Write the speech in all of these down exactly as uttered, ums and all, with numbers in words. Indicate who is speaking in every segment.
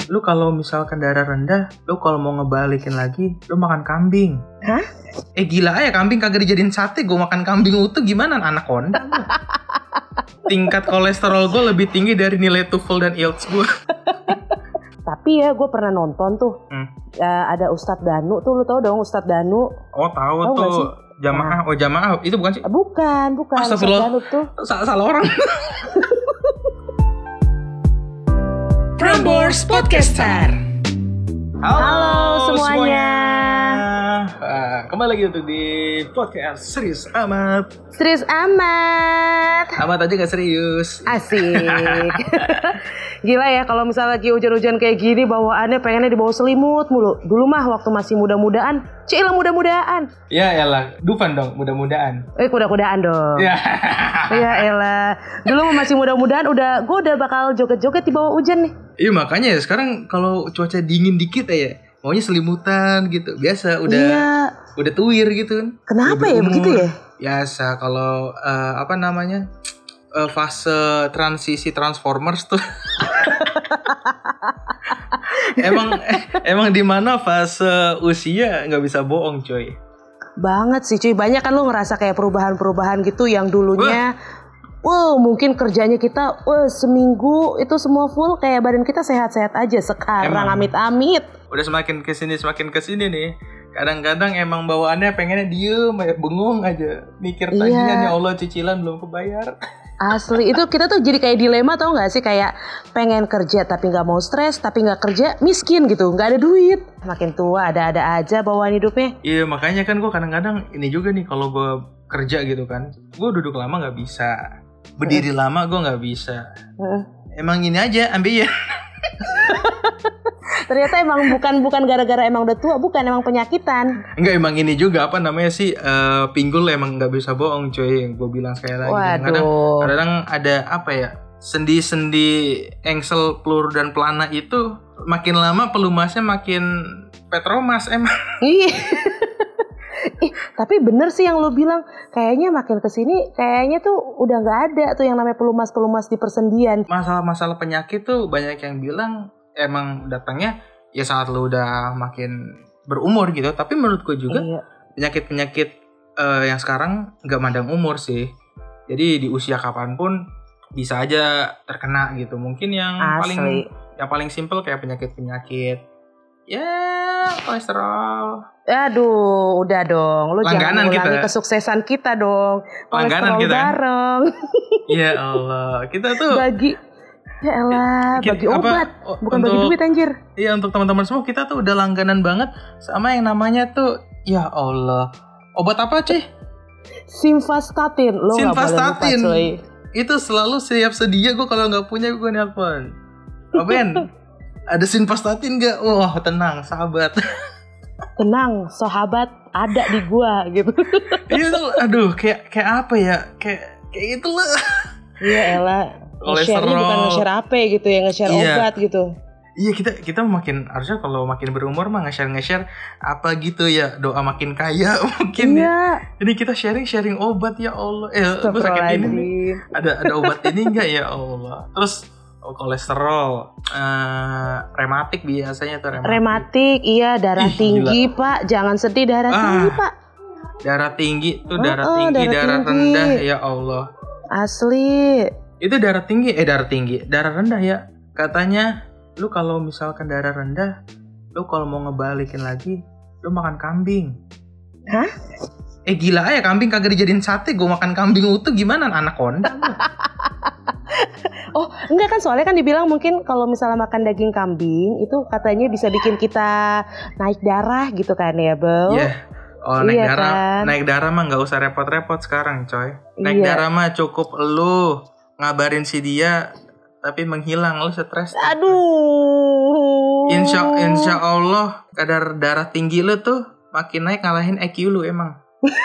Speaker 1: Lu kalau misalkan darah rendah, lu kalau mau ngebalikin lagi, lu makan kambing.
Speaker 2: Hah?
Speaker 1: Eh gila ya, kambing kagak dijadiin sate, gue makan kambing utuh gimana, anaconda. Tingkat kolesterol gue lebih tinggi dari nilai TOEFL dan I E L T S gue.
Speaker 2: Tapi ya gue pernah nonton tuh, hmm. uh, ada Ustadz Danu tuh, lu tau dong Ustadz Danu?
Speaker 1: Oh tahu tuh, jamaah, nah. oh jamaah itu bukan sih?
Speaker 2: Bukan, bukan.
Speaker 1: Ustadz Danu tuh. Salah, salah orang.
Speaker 3: Prambors Podcaster.
Speaker 1: Halo,
Speaker 2: Halo semuanya.
Speaker 1: semuanya. Uh, kembali lagi untuk di podcast Serius Amat.
Speaker 2: Serius amat.
Speaker 1: Amat aja gak serius.
Speaker 2: Asik. Gila ya kalau misalnya lagi hujan-hujan kayak gini bawaannya pengennya dibawa selimut mulu. Dulu mah waktu masih muda-mudaan, cilah muda-mudaan.
Speaker 1: Ya elah, Dufan dong muda-mudaan.
Speaker 2: Eh kuda-kudaan dong.
Speaker 1: Ya.
Speaker 2: Ya elah. Dulu masih muda-mudaan udah gue udah bakal joget-joget di bawah hujan nih.
Speaker 1: Iya makanya ya sekarang kalau cuaca dingin dikit ya maunya selimutan gitu. Biasa udah
Speaker 2: iya.
Speaker 1: udah tuwir gitu.
Speaker 2: Kenapa ya begitu ya?
Speaker 1: Biasa kalau uh, apa namanya? Uh, fase transisi Transformers tuh. emang eh, emang di mana fase usia nggak bisa bohong coy.
Speaker 2: Banget sih cuy, banyak kan lu ngerasa kayak perubahan-perubahan gitu yang dulunya wow mungkin kerjanya kita wah seminggu itu semua full kayak badan kita sehat-sehat aja. Sekarang emang, amit-amit
Speaker 1: udah semakin kesini semakin kesini nih. Kadang-kadang emang bawaannya pengennya diem, bengong aja. Mikir tagihan, iya. Ya Allah cicilan belum kebayar.
Speaker 2: Asli, itu kita tuh jadi kayak dilema tau gak sih? Kayak pengen kerja tapi gak mau stres, tapi gak kerja miskin gitu, gak ada duit. Makin tua ada-ada aja bawaan hidupnya.
Speaker 1: Iya makanya kan gue kadang-kadang ini juga nih kalau gue kerja gitu kan. Gue duduk lama gak bisa, berdiri uh. lama gue gak bisa. uh. Emang ini aja ambil ya.
Speaker 2: Ternyata emang bukan bukan gara-gara emang udah tua, bukan emang penyakitan.
Speaker 1: Enggak, emang ini juga apa namanya sih uh, pinggul emang nggak bisa bohong coy. Gue bilang sekali lagi. Kadang kadang ada apa ya sendi-sendi engsel peluru dan pelana itu makin lama pelumasnya makin petromas emang.
Speaker 2: Iya. Ih, tapi bener sih yang lo bilang, kayaknya makin kesini kayaknya tuh udah nggak ada tuh yang namanya pelumas-pelumas di persendian.
Speaker 1: Masalah-masalah penyakit tuh banyak yang bilang emang datangnya ya saat lo udah makin berumur gitu. Tapi menurut gue juga iya. penyakit-penyakit uh, yang sekarang nggak mandang umur sih. Jadi di usia kapanpun bisa aja terkena gitu. Mungkin yang Asli. paling yang paling simpel kayak penyakit-penyakit ya kolesterol.
Speaker 2: Aduh, udah dong. Lu jangan mengulangi kesuksesan kita dong.
Speaker 1: Langganan kita
Speaker 2: bareng.
Speaker 1: Ya Allah, kita tuh
Speaker 2: bagi ya elah, bagi apa, obat, bukan untuk, bagi duit anjir.
Speaker 1: Iya, untuk teman-teman semua kita tuh udah langganan banget sama yang namanya tuh ya Allah. Obat apa, Cih?
Speaker 2: Simvastatin. Lo enggak boleh lupa, coy.
Speaker 1: Itu selalu siap sedia gue kalau enggak punya gue nelpon. Oh, Ben. Ada simvastatin enggak? Wah, oh, tenang, sahabat.
Speaker 2: Tenang, sahabat, ada di gua gitu.
Speaker 1: Iya tuh, aduh, kayak kayak apa ya? Kayak kayak gitu lah.
Speaker 2: Iya, elah. Nge-share-nya bukan nge-share apa gitu ya, nge-share iya. obat gitu.
Speaker 1: Iya, kita kita makin harusnya kalau makin berumur mah nge-share nge-share apa gitu ya, doa makin kaya mungkin. Iya. Ini kita sharing-sharing obat ya Allah. Eh, gue sakit ini nih. Ada ada obat ini enggak ya Allah. Terus oh, kolesterol, uh, rematik biasanya tuh rematik.
Speaker 2: Rematik, iya, darah Ih, tinggi, gila. Pak. Jangan sedih darah ah, tinggi, Pak.
Speaker 1: Darah tinggi tuh darah oh, tinggi, darah, darah tinggi. rendah ya Allah.
Speaker 2: Asli.
Speaker 1: Itu darah tinggi, eh darah tinggi, darah rendah ya. Katanya, lu kalau misalkan darah rendah, lu kalau mau ngebalikin lagi, lu makan kambing.
Speaker 2: Hah?
Speaker 1: Eh gila ya, kambing kagak dijadiin sate, gue makan kambing utuh gimana, anaconda.
Speaker 2: Oh enggak kan, soalnya kan dibilang mungkin kalau misalnya makan daging kambing itu katanya bisa bikin kita naik darah gitu kan ya, Bel?
Speaker 1: Iya. Yeah. Oh naik
Speaker 2: iya
Speaker 1: darah,
Speaker 2: kan?
Speaker 1: naik darah mah nggak usah repot-repot sekarang, coy. Naik iya. darah mah cukup lu ngabarin si dia, tapi menghilang lu stres.
Speaker 2: Aduh.
Speaker 1: Insya Insya Allah kadar darah tinggi lu tuh makin naik ngalahin I Q lu emang.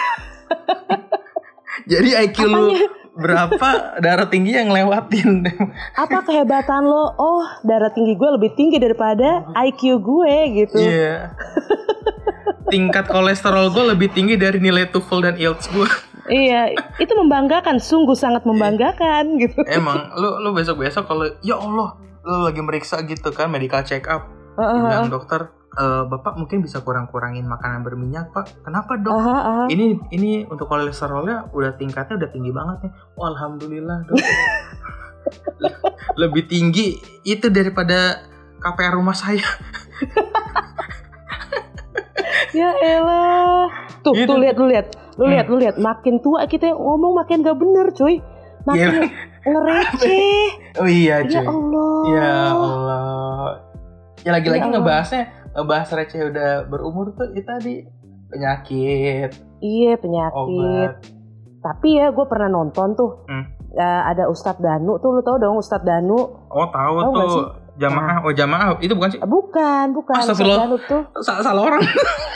Speaker 1: Jadi I Q Apanya? lu berapa darah tinggi yang lewatin.
Speaker 2: Apa kehebatan lo? Oh, darah tinggi gue lebih tinggi daripada I Q gue gitu.
Speaker 1: Iya. Yeah. Tingkat kolesterol gue lebih tinggi dari nilai TOEFL dan I E L T S gue.
Speaker 2: Iya, itu membanggakan, sungguh sangat membanggakan gitu.
Speaker 1: Emang lu lu besok-besok kalau ya Allah, lu lagi meriksa gitu kan, medical check up. Uh-huh. Bilang dokter, e, Bapak mungkin bisa kurang-kurangin makanan berminyak, Pak. Kenapa, Dok?
Speaker 2: Uh-huh, uh-huh.
Speaker 1: Ini ini untuk kolesterolnya udah tingkatnya udah tinggi banget nih. Oh, alhamdulillah, Dok. Lebih tinggi itu daripada K P R rumah saya.
Speaker 2: Ya elah. Tuh, gitu. tuh lihat lu lihat. Lu lihat, hmm. lu lihat, makin tua kita ngomong makin gak bener, cuy. Makin yeah. ngereceh.
Speaker 1: Oh iya, cuy.
Speaker 2: Ya Allah.
Speaker 1: Ya Allah. Ya lagi-lagi ya ngebahasnya, ngebahas receh udah berumur tuh itu tadi penyakit.
Speaker 2: Iya, penyakit. Obat. Tapi ya gue pernah nonton tuh. Hmm. Uh, ada Ustadz Danu tuh, lu tau dong Ustadz Danu?
Speaker 1: Oh, tahu tau tuh. Jamaah, nah. oh jamaah. Itu bukan sih?
Speaker 2: Bukan, bukan. Ustadz Danu tuh.
Speaker 1: Salah, salah orang.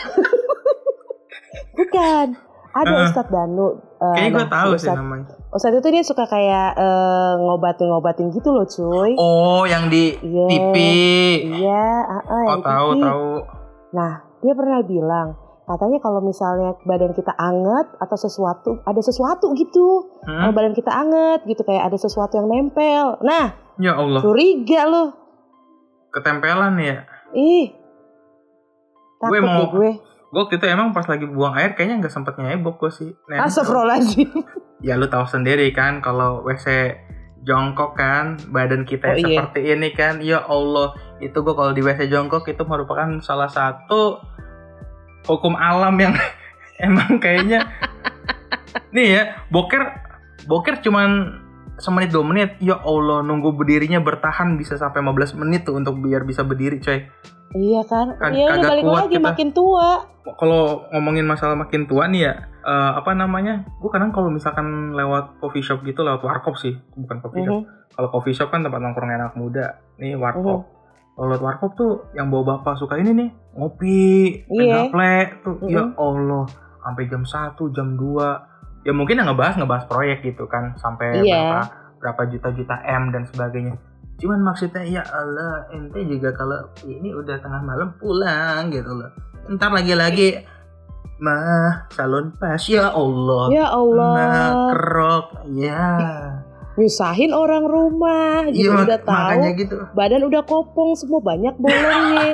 Speaker 2: Bukan. Ada uh, Ustadz Danu. Uh,
Speaker 1: kayaknya gue
Speaker 2: nah,
Speaker 1: tahu
Speaker 2: Ustadz,
Speaker 1: sih namanya.
Speaker 2: Ustadz itu dia suka kayak uh, ngobatin-ngobatin gitu loh, cuy.
Speaker 1: Oh, yang di yeah. T V.
Speaker 2: Iya, uh, uh,
Speaker 1: oh, tahu, T V. Tahu.
Speaker 2: Nah, dia pernah bilang, katanya kalau misalnya badan kita anget atau sesuatu, ada sesuatu gitu. Hmm? Kalau badan kita anget gitu, kayak ada sesuatu yang nempel. Nah,
Speaker 1: ya Allah.
Speaker 2: Curiga loh.
Speaker 1: Ketempelan ya?
Speaker 2: Ih. Takut
Speaker 1: gue mau,
Speaker 2: gue.
Speaker 1: Gue waktu itu emang pas lagi buang air kayaknya gak sempet nyebok gue sih.
Speaker 2: Astagfirullahaladzim.
Speaker 1: Ya lu tahu sendiri kan kalau W C jongkok kan badan kita oh, seperti iya. ini kan. Ya Allah, itu gue kalau di W C jongkok itu merupakan salah satu hukum alam yang emang kayaknya nih ya, boker boker cuman semenit dua menit. Ya Allah, nunggu berdirinya bertahan bisa sampai lima belas menit tuh untuk biar bisa berdiri, coy.
Speaker 2: Iya kan? Iya, balik lagi kita. Makin tua.
Speaker 1: Kalau ngomongin masalah makin tua nih ya, uh, apa namanya? Gue kadang kalau misalkan lewat coffee shop gitu, lewat warkop sih, bukan coffee uh-huh. shop. Kalau coffee shop kan tempat nongkrong anak muda. Nih warkop. Uh-huh. Kalau lewat warkop tuh yang bawa bapak suka ini nih, ngopi,
Speaker 2: yeah.
Speaker 1: gaple tuh. Uh-huh. Ya Allah, sampai jam satu, jam dua. Ya mungkin yang ngebahas ngebahas proyek gitu kan, sampai yeah. berapa berapa juta-juta M dan sebagainya. Cuman maksudnya ya Allah, ente juga kalau ini udah tengah malam pulang gitu loh. Ntar lagi-lagi mah salon pas, ya Allah.
Speaker 2: Ya Allah.
Speaker 1: Mah kerok, ya.
Speaker 2: Nyusahin orang rumah, gitu ya, udah tahu.
Speaker 1: Gitu.
Speaker 2: Badan udah kopong semua, banyak bolongnya.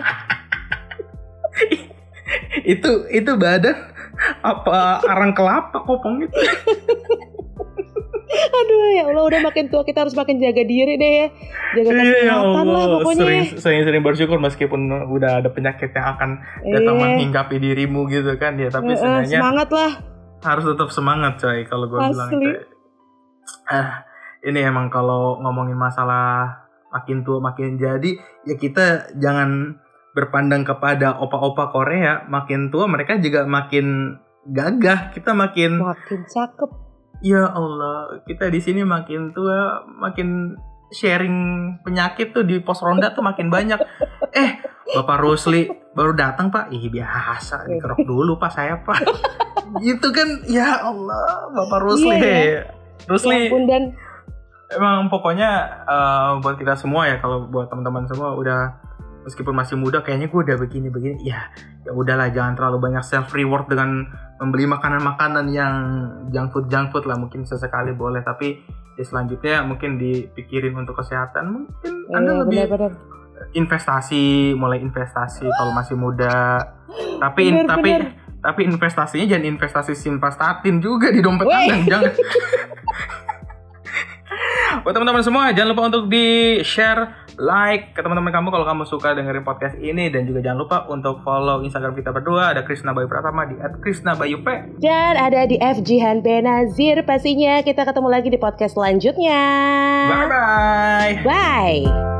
Speaker 1: itu itu badan apa arang kelapa kopong itu.
Speaker 2: Aduh ya Allah, udah makin tua kita harus makin jaga diri deh ya. Jaga kesehatan ya lah pokoknya.
Speaker 1: Sering, sering-sering bersyukur meskipun udah ada penyakit yang akan datang eh. menghinggapi dirimu gitu kan ya. Tapi eh, sebenarnya
Speaker 2: semangat lah.
Speaker 1: Harus tetap semangat coy kalau gue bilang itu. Ah, ini emang kalau ngomongin masalah makin tua makin jadi, ya kita jangan berpandang kepada opa-opa Korea. Makin tua mereka juga makin gagah, kita makin
Speaker 2: makin cakep.
Speaker 1: Ya Allah, kita di sini makin tua, makin sharing penyakit tuh di pos ronda tuh makin banyak. Eh, Bapak Rusli baru datang Pak. Ih biasa, dikerok dulu Pak saya Pak. Gitu kan, ya Allah, Bapak Rusli. Iya, ya. Rusli. Ya, dan emang pokoknya uh, buat kita semua ya, kalau buat teman-teman semua udah meskipun masih muda kayaknya gue udah begini-begini. Ya, ya udahlah, jangan terlalu banyak self reward dengan membeli makanan-makanan yang junk food junk food lah. Mungkin sesekali boleh, tapi ya selanjutnya mungkin dipikirin untuk kesehatan. Mungkin eh, Anda lebih bener-bener investasi, mulai investasi kalau masih muda. Tapi bener, tapi bener. tapi investasinya jangan investasi simvastatin juga di dompet Anda, jangan. Buat teman-teman semua, jangan lupa untuk di-share, like ke teman-teman kamu kalau kamu suka dengerin podcast ini. Dan juga jangan lupa untuk follow Instagram kita berdua. Ada Krisna Bayu Pratama di et krisna bayu p.
Speaker 2: Dan ada di F Jihan Benazir pastinya. Kita ketemu lagi di podcast selanjutnya.
Speaker 1: Bye-bye.
Speaker 2: Bye.